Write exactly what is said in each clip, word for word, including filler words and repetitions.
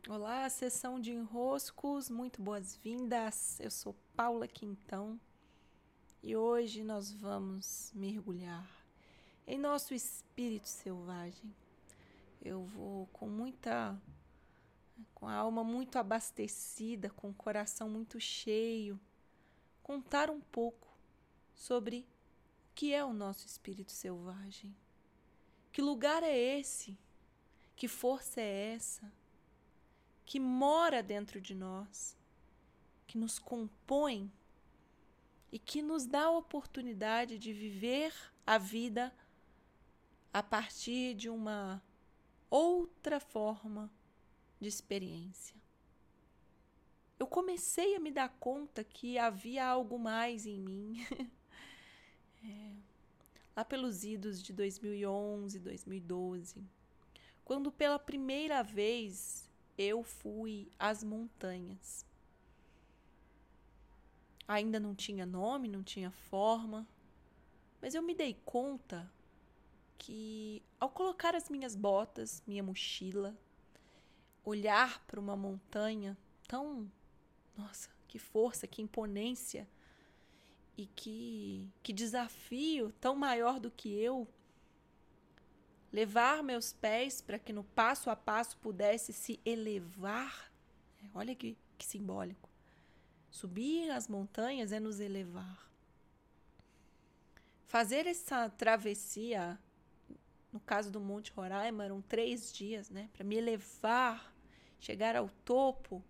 Olá, sessão de enroscos, muito boas-vindas. Eu sou Paula Quintão e hoje nós vamos mergulhar em nosso espírito selvagem. Eu vou com muita, com a alma muito abastecida, com o coração muito cheio, contar um pouco sobre o que é o nosso espírito selvagem. Que lugar é esse? Que força é essa? Que mora dentro de nós, que nos compõe e que nos dá a oportunidade de viver a vida a partir de uma outra forma de experiência. Eu comecei a me dar conta que havia algo mais em mim. é, lá pelos idos de dois mil e onze, dois mil e doze, quando pela primeira vez eu fui às montanhas. Ainda não tinha nome, não tinha forma, mas eu me dei conta que ao colocar as minhas botas, minha mochila, olhar para uma montanha tão, nossa, que força, que imponência e que, que desafio tão maior do que eu, levar meus pés para que no passo a passo pudesse se elevar, olha que, que simbólico. Subir as montanhas é nos elevar. Fazer essa travessia, no caso do Monte Roraima, eram três dias, né? Para me elevar, chegar ao topo.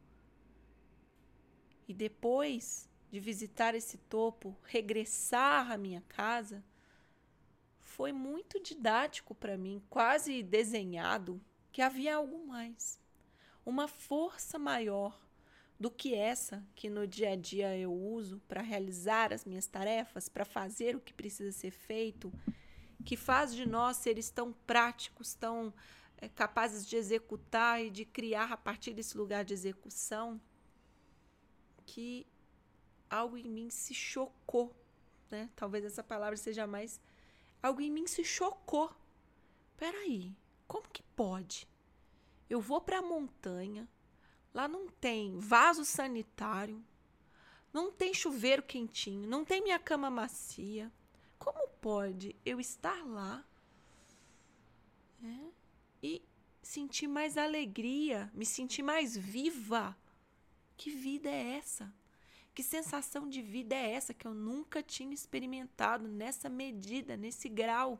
E depois de visitar esse topo, regressar à minha casa, foi muito didático para mim, quase desenhado, que havia algo mais. Uma força maior do que essa que no dia a dia eu uso para realizar as minhas tarefas, para fazer o que precisa ser feito, que faz de nós seres tão práticos, tão é, capazes de executar e de criar a partir desse lugar de execução, que algo em mim se chocou, né? Talvez essa palavra seja mais... Algo em mim se chocou. Peraí, como que pode? Eu vou para a montanha, lá não tem vaso sanitário, não tem chuveiro quentinho, não tem minha cama macia. Como pode eu estar lá, né, e sentir mais alegria, me sentir mais viva? Que vida é essa? Que sensação de vida é essa que eu nunca tinha experimentado nessa medida, nesse grau?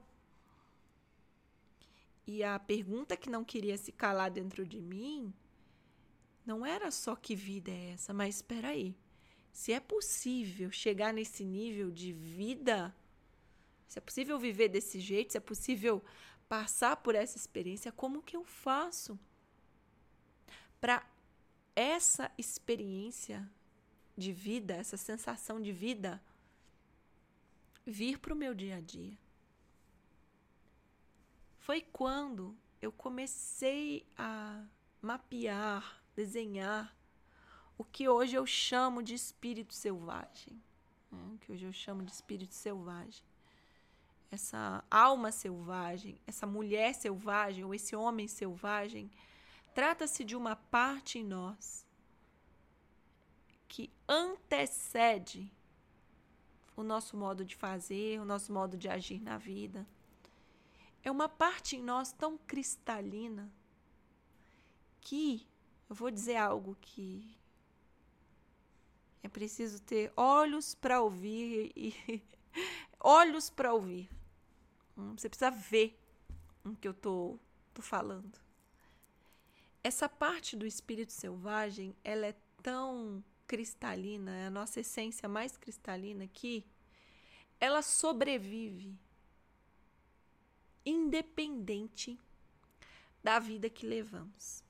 E a pergunta que não queria se calar dentro de mim não era só que vida é essa, mas espera aí. Se é possível chegar nesse nível de vida, se é possível viver desse jeito, se é possível passar por essa experiência, como que eu faço para essa experiência de vida, essa sensação de vida, vir para o meu dia a dia? Foi quando eu comecei a mapear, desenhar o que hoje eu chamo de espírito selvagem. Né? O que hoje eu chamo de espírito selvagem. Essa alma selvagem, essa mulher selvagem ou esse homem selvagem, trata-se de uma parte em nós que antecede o nosso modo de fazer, o nosso modo de agir na vida. É uma parte em nós tão cristalina que, eu vou dizer algo que é preciso ter olhos para ouvir e olhos para ouvir. Você precisa ver o que eu tô, tô falando. Essa parte do espírito selvagem, ela é tão cristalina, é a nossa essência mais cristalina, que ela sobrevive independente da vida que levamos.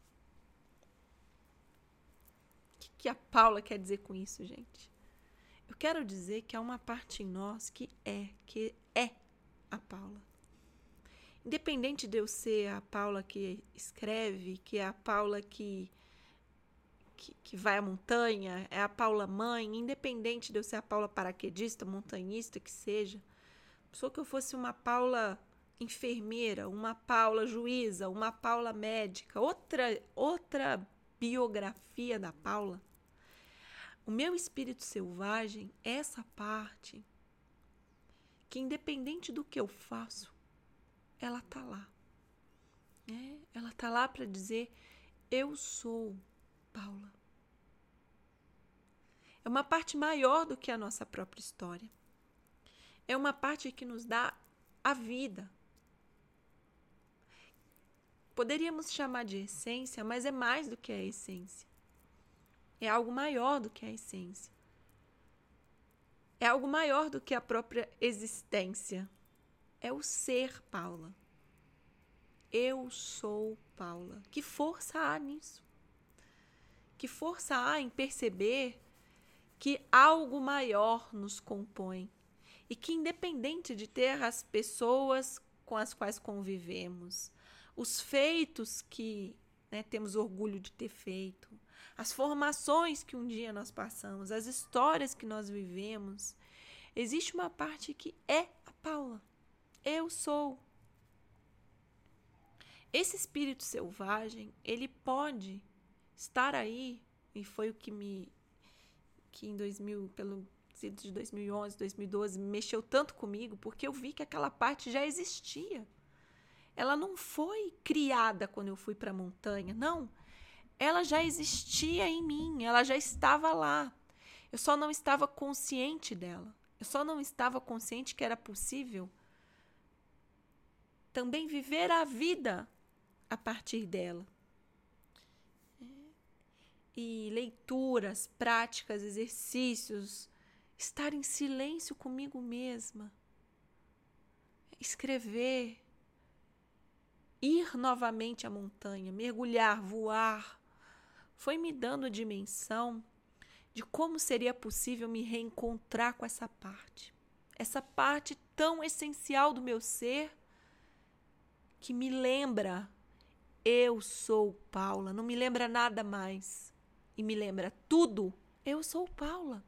O que, que a Paula quer dizer com isso, gente? Eu quero dizer que há uma parte em nós que é, que é a Paula. Independente de eu ser a Paula que escreve, que é a Paula que, que, que vai à montanha, é a Paula mãe, independente de eu ser a Paula paraquedista, montanhista, que seja, só que eu fosse uma Paula enfermeira, uma Paula juíza, uma Paula médica, outra, outra biografia da Paula, o meu espírito selvagem é essa parte que, independente do que eu faço, ela tá lá. É, ela tá lá para dizer: eu sou Paula. É uma parte maior do que a nossa própria história. É uma parte que nos dá a vida. Poderíamos chamar de essência, mas é mais do que a essência. É algo maior do que a essência. É algo maior do que a própria existência. É o ser Paula. Eu sou Paula. Que força há nisso? Que força há em perceber que algo maior nos compõe e que, independente de ter as pessoas com as quais convivemos, os feitos que, né, temos orgulho de ter feito, as formações que um dia nós passamos, as histórias que nós vivemos, existe uma parte que é a Paula. Eu sou. Esse espírito selvagem, ele pode estar aí, e foi o que me que em dois mil, pelo de dois mil e onze, dois mil e doze, mexeu tanto comigo, porque eu vi que aquela parte já existia. Ela não foi criada quando eu fui para a montanha, não. Ela já existia em mim, ela já estava lá. Eu só não estava consciente dela. Eu só não estava consciente que era possível também viver a vida a partir dela. E leituras, práticas, exercícios, estar em silêncio comigo mesma, escrever, ir novamente à montanha, mergulhar, voar, foi me dando dimensão de como seria possível me reencontrar com essa parte. Essa parte tão essencial do meu ser que me lembra, eu sou Paula, não me lembra nada mais. E me lembra tudo, eu sou Paula.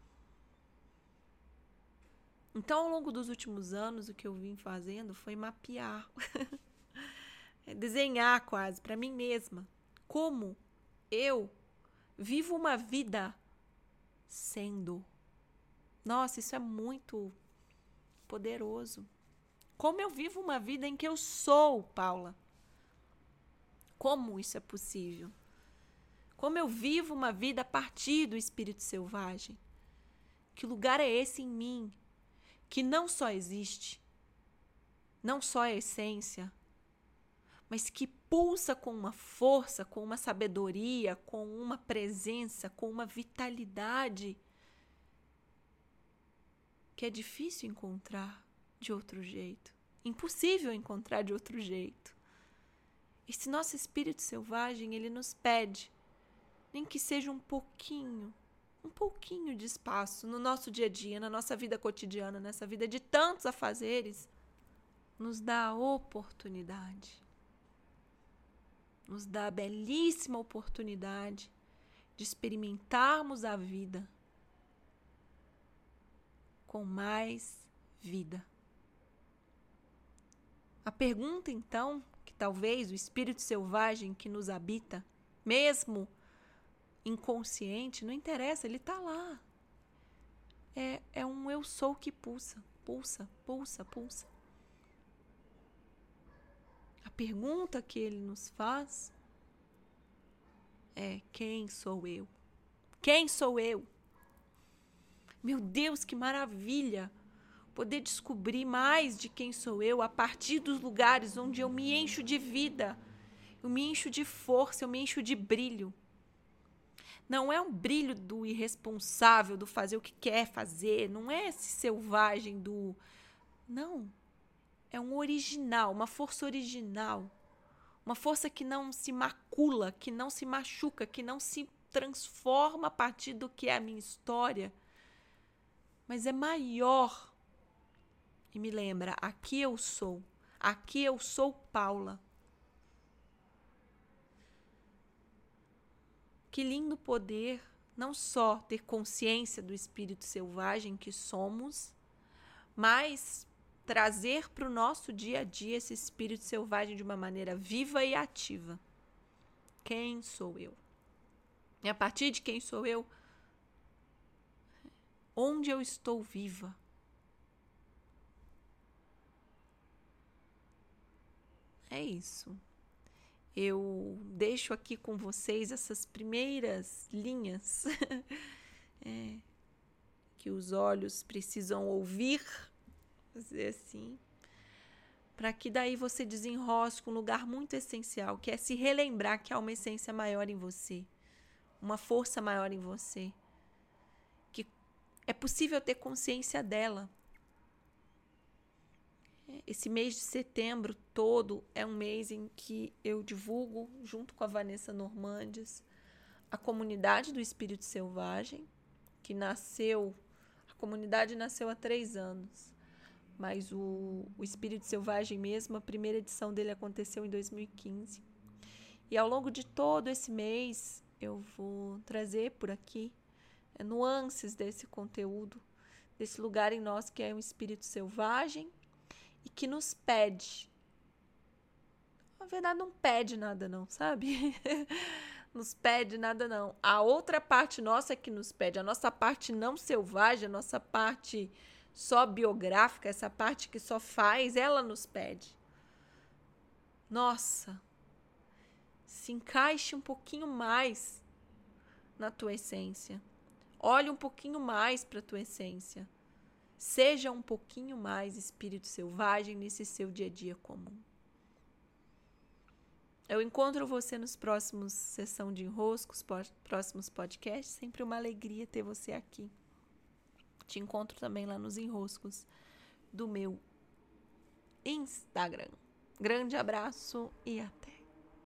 Então, ao longo dos últimos anos, o que eu vim fazendo foi mapear, desenhar quase para mim mesma como eu vivo uma vida sendo. Nossa, isso é muito poderoso. Como eu vivo uma vida em que eu sou Paula. Como isso é possível? Como eu vivo uma vida a partir do espírito selvagem? Que lugar é esse em mim que não só existe, não só é essência, mas que pulsa com uma força, com uma sabedoria, com uma presença, com uma vitalidade que é difícil encontrar de outro jeito, impossível encontrar de outro jeito. Esse nosso espírito selvagem, ele nos pede, nem que seja um pouquinho, um pouquinho de espaço no nosso dia a dia, na nossa vida cotidiana, nessa vida de tantos afazeres, nos dá a oportunidade, nos dá a belíssima oportunidade de experimentarmos a vida com mais vida. A pergunta, então, que talvez o espírito selvagem que nos habita, mesmo inconsciente, não interessa, ele está lá. É, é um eu sou que pulsa, pulsa, pulsa, pulsa. A pergunta que ele nos faz é: quem sou eu? Quem sou eu? Meu Deus, que maravilha! Poder descobrir mais de quem sou eu a partir dos lugares onde eu me encho de vida, eu me encho de força, eu me encho de brilho. Não é um brilho do irresponsável, do fazer o que quer fazer, não é esse selvagem do... Não, é um original, uma força original, uma força que não se macula, que não se machuca, que não se transforma a partir do que é a minha história, mas é maior. E me lembra, aqui eu sou, aqui eu sou Paula. Que lindo poder não só ter consciência do espírito selvagem que somos, mas trazer para o nosso dia a dia esse espírito selvagem de uma maneira viva e ativa. Quem sou eu? E a partir de quem sou eu, onde eu estou viva. É isso. Eu deixo aqui com vocês essas primeiras linhas é, que os olhos precisam ouvir, dizer assim, para que daí você desenrosque um lugar muito essencial, que é se relembrar que há uma essência maior em você, uma força maior em você, que é possível ter consciência dela. Esse mês de setembro todo é um mês em que eu divulgo, junto com a Vanessa Normandes, a comunidade do Espírito Selvagem, que nasceu, a comunidade nasceu há três anos, mas o, o Espírito Selvagem mesmo, a primeira edição dele aconteceu em dois mil e quinze. E ao longo de todo esse mês, eu vou trazer por aqui é, nuances desse conteúdo, desse lugar em nós que é um Espírito Selvagem, e que nos pede. Na verdade, não pede nada não, sabe? Nos pede nada não. A outra parte nossa é que nos pede. A nossa parte não selvagem, a nossa parte só biográfica, essa parte que só faz, ela nos pede. Nossa, se encaixe um pouquinho mais na tua essência. Olhe um pouquinho mais para a tua essência. Seja um pouquinho mais espírito selvagem nesse seu dia a dia comum. Eu encontro você nos próximos sessão de enroscos, próximos podcasts. Sempre uma alegria ter você aqui. Te encontro também lá nos enroscos do meu Instagram. Grande abraço e até!